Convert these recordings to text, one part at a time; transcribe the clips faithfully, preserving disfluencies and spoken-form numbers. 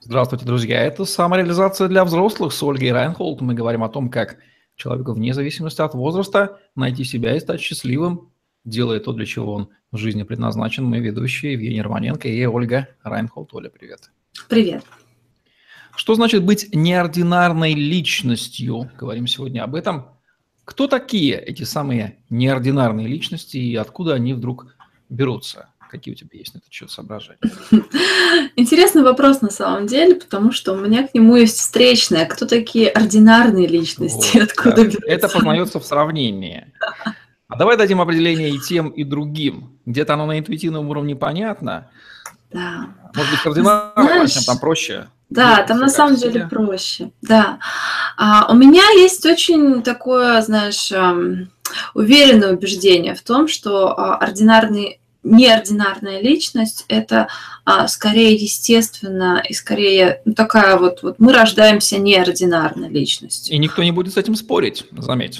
Здравствуйте, друзья. Это «Самореализация для взрослых» с Ольгой Райнхолд. Мы говорим о том, как человеку вне зависимости от возраста найти себя и стать счастливым, делая то, для чего он в жизни предназначен. Мы ведущие Евгений Романенко и Ольга Райнхолд. Оля, привет. Привет. Что значит быть неординарной личностью? Говорим сегодня об этом. Кто такие эти самые неординарные личности и откуда они вдруг берутся? Какие у тебя есть на этот счет соображения? Интересный вопрос на самом деле, потому что у меня к нему есть встречное. Кто такие ординарные личности? Вот, Откуда да. берутся? Это познается в сравнении. А давай дадим определение и тем, и другим. Где-то оно на интуитивном уровне понятно. Да. Может быть, кардинально, Знаешь, там проще. Да, Делать там всё на как самом все. деле проще. Да. А, у меня есть очень такое, знаешь, ам, уверенное убеждение в том, что а, ординарный, неординарная личность – это а, скорее естественно и скорее ну, такая вот, вот мы рождаемся неординарной личностью. И никто не будет с этим спорить, заметь.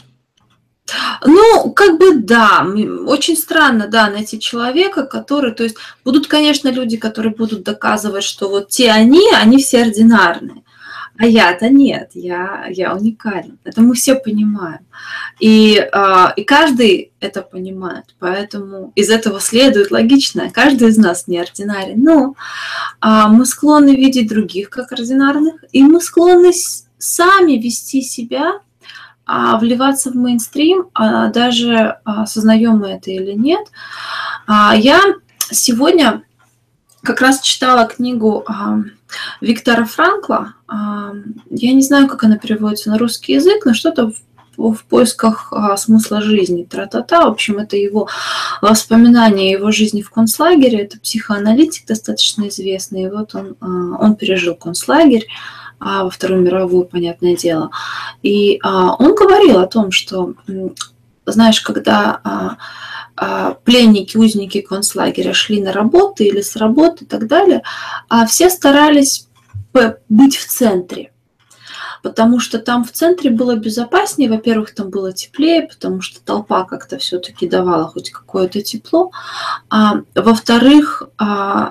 Ну, как бы да, м, очень странно, да, найти человека, который, то есть будут, конечно, люди, которые будут доказывать, что вот те они, они все ординарные, а я-то нет, я, я уникален. Это мы все понимаем. И, а, и каждый это понимает, поэтому из этого следует логично, каждый из нас неординарен, но а, мы склонны видеть других как ординарных, и мы склонны с- сами вести себя, а, вливаться в мейнстрим, а, даже а, осознаем мы это или нет. А, Я сегодня как раз читала книгу а, Виктора Франкла. А, Я не знаю, как она переводится на русский язык, но что-то в, в поисках а, смысла жизни. Тра-та-та. В общем, это его воспоминания о его жизни в концлагере. Это психоаналитик достаточно известный. И вот он, а, он пережил концлагерь а, во Вторую мировую, понятное дело. И а, он говорил о том, что, м, знаешь, когда а, а, пленники, узники концлагеря шли на работу или с работы и так далее, а все старались п- быть в центре. Потому что там в центре было безопаснее. Во-первых, там было теплее, потому что толпа как-то все-таки давала хоть какое-то тепло. А, во-вторых, а,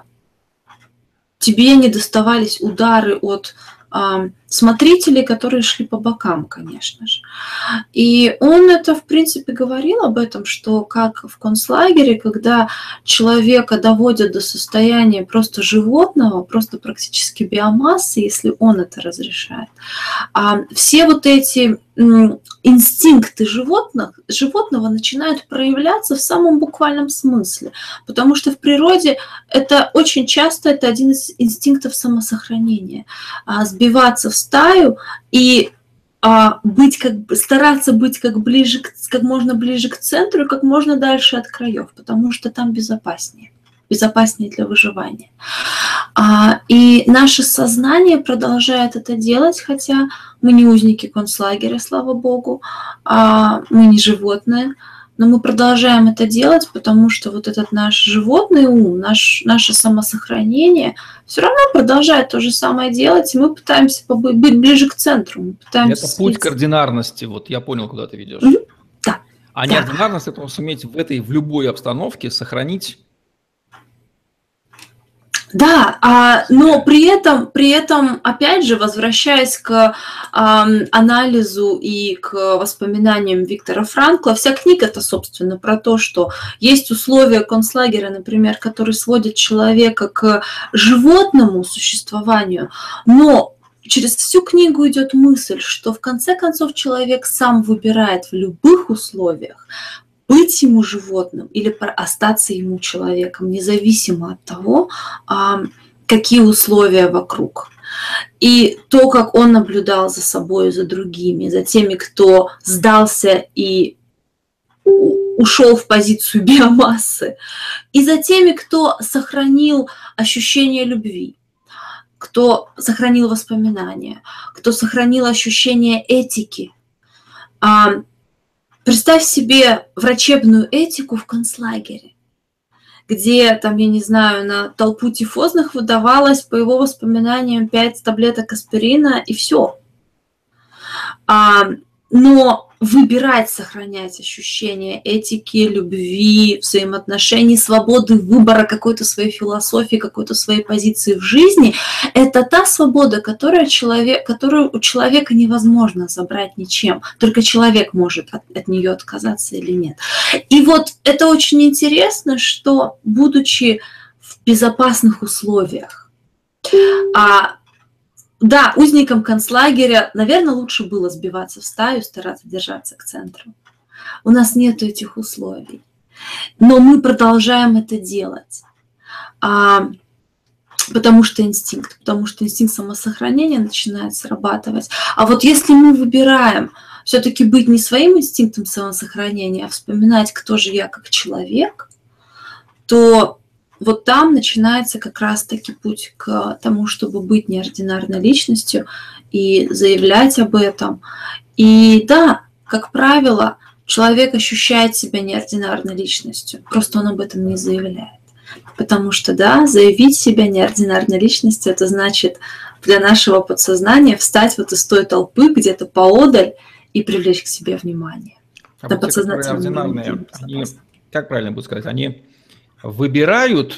тебе не доставались удары от а, смотрителей, которые шли по бокам, конечно же. И он это, в принципе, говорил об этом, что как в концлагере, когда человека доводят до состояния просто животного, просто практически биомассы, если он это разрешает, а все вот эти м, инстинкты животных, животного начинают проявляться в самом буквальном смысле, потому что в природе это очень часто это один из инстинктов самосохранения. А, сбиваться в стаю и а, быть как бы, стараться быть как, ближе, к- как можно ближе к центру и как можно дальше от краев, потому что там безопаснее, безопаснее для выживания. А, и наше сознание продолжает это делать, хотя мы не узники концлагеря, слава богу, а, мы не животные, но мы продолжаем это делать, потому что вот этот наш животный ум, наш, наше самосохранение все равно продолжает то же самое делать, и мы пытаемся побы- быть ближе к центру. Мы пытаемся Это путь слиться. к ординарности. Вот я понял, куда ты ведешь. Мгм. Да, А да. неординарность – это суметь в этой, в любой обстановке сохранить. Да, а, но при этом, при этом, опять же, возвращаясь к ам, анализу и к воспоминаниям Виктора Франкла, вся книга-то, собственно, про то, что есть условия концлагеря, например, которые сводят человека к животному существованию, но через всю книгу идет мысль, что в конце концов человек сам выбирает в любых условиях быть ему животным или про- остаться ему человеком, независимо от того, а, какие условия вокруг. И то, как он наблюдал за собой, за другими, за теми, кто сдался и у- ушел в позицию биомассы, и за теми, кто сохранил ощущение любви, кто сохранил воспоминания, кто сохранил ощущение этики. А, Представь себе врачебную этику в концлагере, где там, я не знаю, на толпу тифозных выдавалось, по его воспоминаниям, пять таблеток аспирина и все. А, но выбирать, сохранять ощущение этики, любви, взаимоотношений, свободы выбора какой-то своей философии, какой-то своей позиции в жизни, это та свобода, которая человек, которую у человека невозможно забрать ничем. Только человек может от, от нее отказаться или нет. И вот это очень интересно, что, будучи в безопасных условиях, а да, узникам концлагеря, наверное, лучше было сбиваться в стаю, стараться держаться к центру. У нас нет этих условий. Но мы продолжаем это делать. А, потому что инстинкт, потому что инстинкт самосохранения начинает срабатывать. А вот если мы выбираем все-таки быть не своим инстинктом самосохранения, а вспоминать, кто же я как человек, то вот там начинается как раз-таки путь к тому, чтобы быть неординарной личностью и заявлять об этом. И да, как правило, человек ощущает себя неординарной личностью, просто он об этом не заявляет. Потому что, да, заявить себя неординарной личностью, это значит для нашего подсознания встать вот из той толпы где-то поодаль и привлечь к себе внимание. А вот те, которые ординарные, они, как правильно будет сказать, они выбирают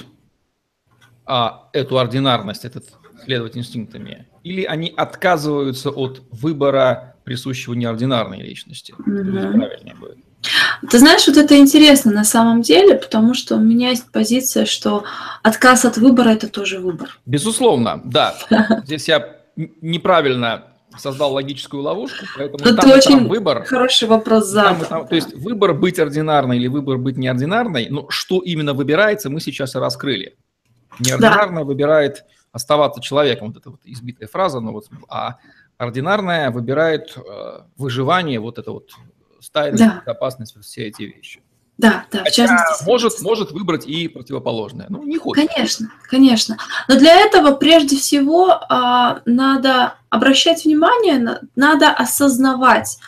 а, эту ординарность, этот следовать инстинктами, или они отказываются от выбора, присущего неординарной личности? Mm-hmm. Правильнее будет. Ты знаешь, вот это интересно на самом деле, потому что у меня есть позиция, что отказ от выбора – это тоже выбор. Безусловно, да. Здесь я неправильно создал логическую ловушку, поэтому это там, очень там выбор. Хороший вопрос задал. Там, там, то есть выбор быть ординарной или выбор быть неординарной, но что именно выбирается, мы сейчас и раскрыли. Неординарная да. выбирает оставаться человеком, вот эта вот избитая фраза, но вот, а ординарная выбирает э, выживание, вот это вот стайность, да. безопасность, все эти вещи. Да, да. Хотя в частности, может, может выбрать и противоположное. Ну, не хочет. Конечно, конечно. Но для этого прежде всего а, надо обращать внимание, на, надо осознавать,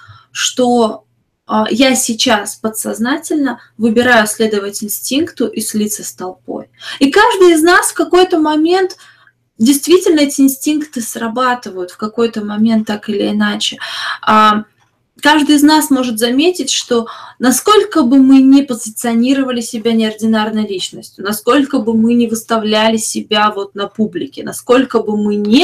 что а, я сейчас подсознательно выбираю следовать инстинкту и слиться с толпой. И каждый из нас в какой-то момент действительно эти инстинкты срабатывают, в какой-то момент так или иначе. А, Каждый из нас может заметить, что насколько бы мы не позиционировали себя неординарной личностью, насколько бы мы не выставляли себя вот на публике, насколько бы мы не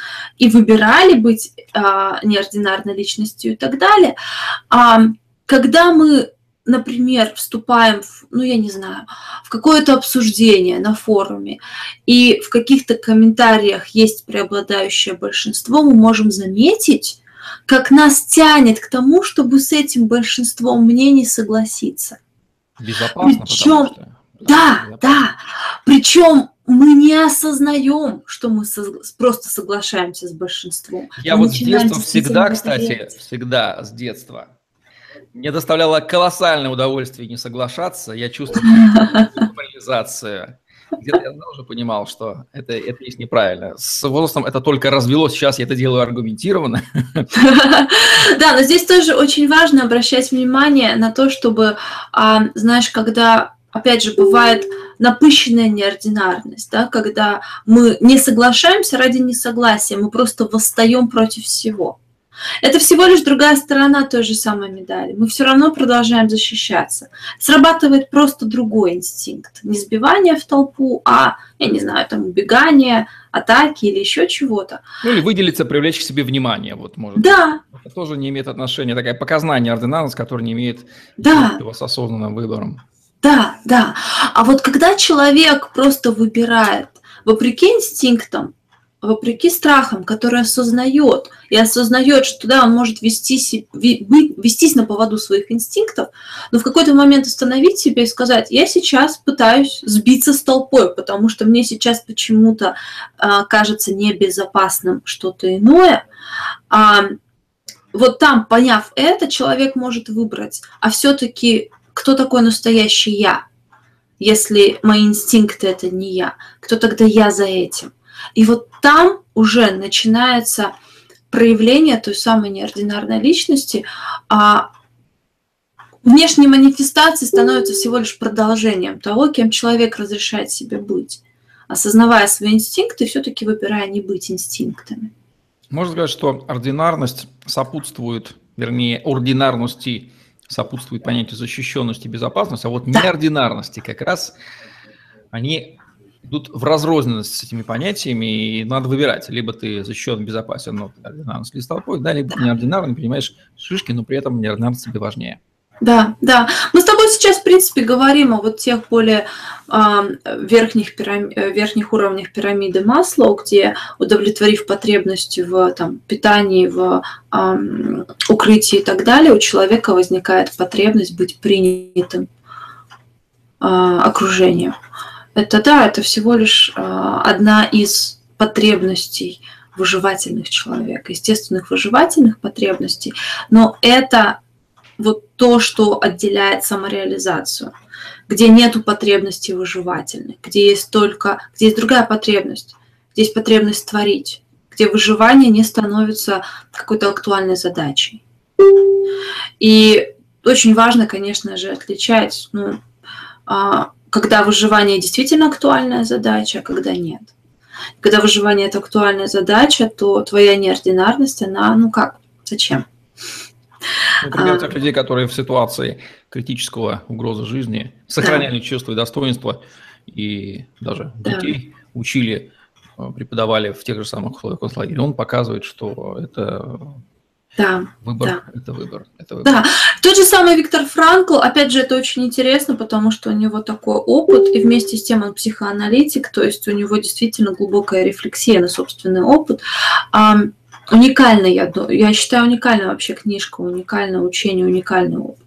и выбирали быть а, неординарной личностью и так далее, а, когда мы, например, вступаем в, ну я не знаю, в какое-то обсуждение на форуме, и в каких-то комментариях есть преобладающее большинство, мы можем заметить, как нас тянет к тому, чтобы с этим большинством мнений согласиться. Безопасно, Причем, потому что... Да, безопасно. да. Причем мы не осознаем, что мы со... просто соглашаемся с большинством. Я мы вот с детства всегда, кстати, верить. всегда с детства. Мне доставляло колоссальное удовольствие не соглашаться. Я чувствовал деморализацию. Где-то я уже понимал, что это, это есть неправильно. С возрастом это только развелось, сейчас я это делаю аргументированно. Да, но здесь тоже очень важно обращать внимание на то, чтобы, знаешь, когда, опять же, бывает напыщенная неординарность, да, когда мы не соглашаемся ради несогласия, мы просто восстаем против всего. Это всего лишь другая сторона той же самой медали. Мы все равно продолжаем защищаться. Срабатывает просто другой инстинкт. Не сбивание в толпу, а, я не знаю, там убегание, атаки или еще чего-то. Ну или выделиться, привлечь к себе внимание. Вот, может, да. Это тоже не имеет отношения. Такая показная неординарность, которая не имеет да. ничего с осознанным выбором. Да, да. А вот когда человек просто выбирает вопреки инстинктам, вопреки страхам, которые осознает, и осознает, что да, он может вести, вестись на поводу своих инстинктов, но в какой-то момент остановить себя и сказать, я сейчас пытаюсь сбиться с толпой, потому что мне сейчас почему-то а, кажется небезопасным что-то иное. А, вот там, поняв это, человек может выбрать, а все-таки кто такой настоящий я, если мои инстинкты – это не я, кто тогда я за этим? И вот там уже начинается проявление той самой неординарной личности, а внешние манифестации становятся всего лишь продолжением того, кем человек разрешает себе быть, осознавая свои инстинкты, все-таки выбирая не быть инстинктами. Можно сказать, что ординарность сопутствует вернее, ординарности сопутствует понятие защищенности и безопасности, а вот Да. неординарности как раз они идут в разрозненность с этими понятиями, и надо выбирать. Либо ты защищен, безопасен, но ординарность лист толпой, да, либо Да. неординарный, понимаешь, шишки, но при этом неординарность тебе важнее. Да, да. Мы с тобой сейчас, в принципе, говорим о вот тех более э, верхних, пирам... верхних уровнях пирамиды Маслоу, где, удовлетворив потребности в там, питании, в э, укрытии и так далее, у человека возникает потребность быть принятым э, окружением. Это да, это всего лишь э, одна из потребностей выживательных человека, естественных выживательных потребностей, но это вот то, что отделяет самореализацию, где нету потребностей выживательных, где есть только, где есть другая потребность, где есть потребность творить, где выживание не становится какой-то актуальной задачей. И очень важно, конечно же, отличать, ну, когда выживание действительно актуальная задача, а когда нет. Когда выживание – это актуальная задача, то твоя неординарность, она, ну как, зачем? Например, тех людей, которые в ситуации критического угрозы жизни сохраняли да. чувство и достоинство, и даже да. детей учили, преподавали в тех же самых условиях концлагеря, он показывает, что это да. выбор, да. это выбор, это выбор. Да, тот же самый Виктор Франкл, опять же, это очень интересно, потому что у него такой опыт, и вместе с тем он психоаналитик, то есть у него действительно глубокая рефлексия на собственный опыт. Уникальная, я, я считаю, уникальная вообще книжка, уникальное учение, уникальный опыт.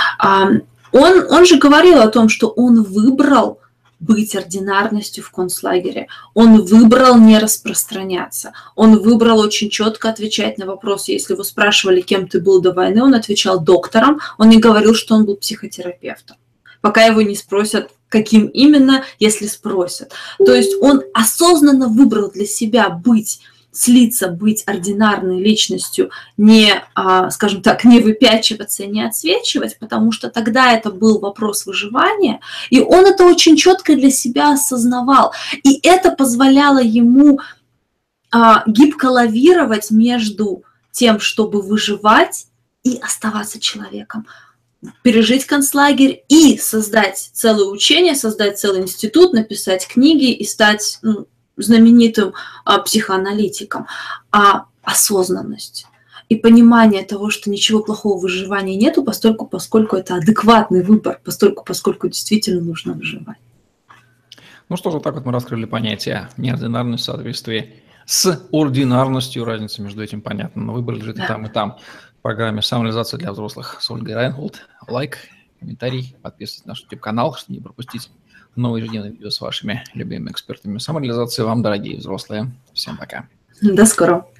Он, он же говорил о том, что он выбрал быть ординарностью в концлагере, он выбрал не распространяться, он выбрал очень четко отвечать на вопросы. Если его спрашивали, кем ты был до войны, он отвечал доктором, он не говорил, что он был психотерапевтом, пока его не спросят, каким именно, если спросят. То есть он осознанно выбрал для себя быть слиться, быть ординарной личностью, не, скажем так, не выпячиваться, не отсвечивать, потому что тогда это был вопрос выживания, и он это очень четко для себя осознавал. И это позволяло ему гибко лавировать между тем, чтобы выживать и оставаться человеком, пережить концлагерь и создать целое учение, создать целый институт, написать книги и стать, ну, знаменитым а, психоаналитиком, а осознанность и понимание того, что ничего плохого в выживании нету, постольку, поскольку это адекватный выбор, постольку, поскольку действительно нужно выживать. Ну что же, так вот мы раскрыли понятие неординарность в соответствии с ординарностью, разница между этим понятна, но выбор лежит да. и там, и там. В программе «Самореализация для взрослых» с Ольгой Райнхолд. Лайк, комментарий, подписывайтесь на наш YouTube-канал, чтобы не пропустить новые ежедневные видео с вашими любимыми экспертами самореализации. Вам, дорогие взрослые. Всем пока. До скорого.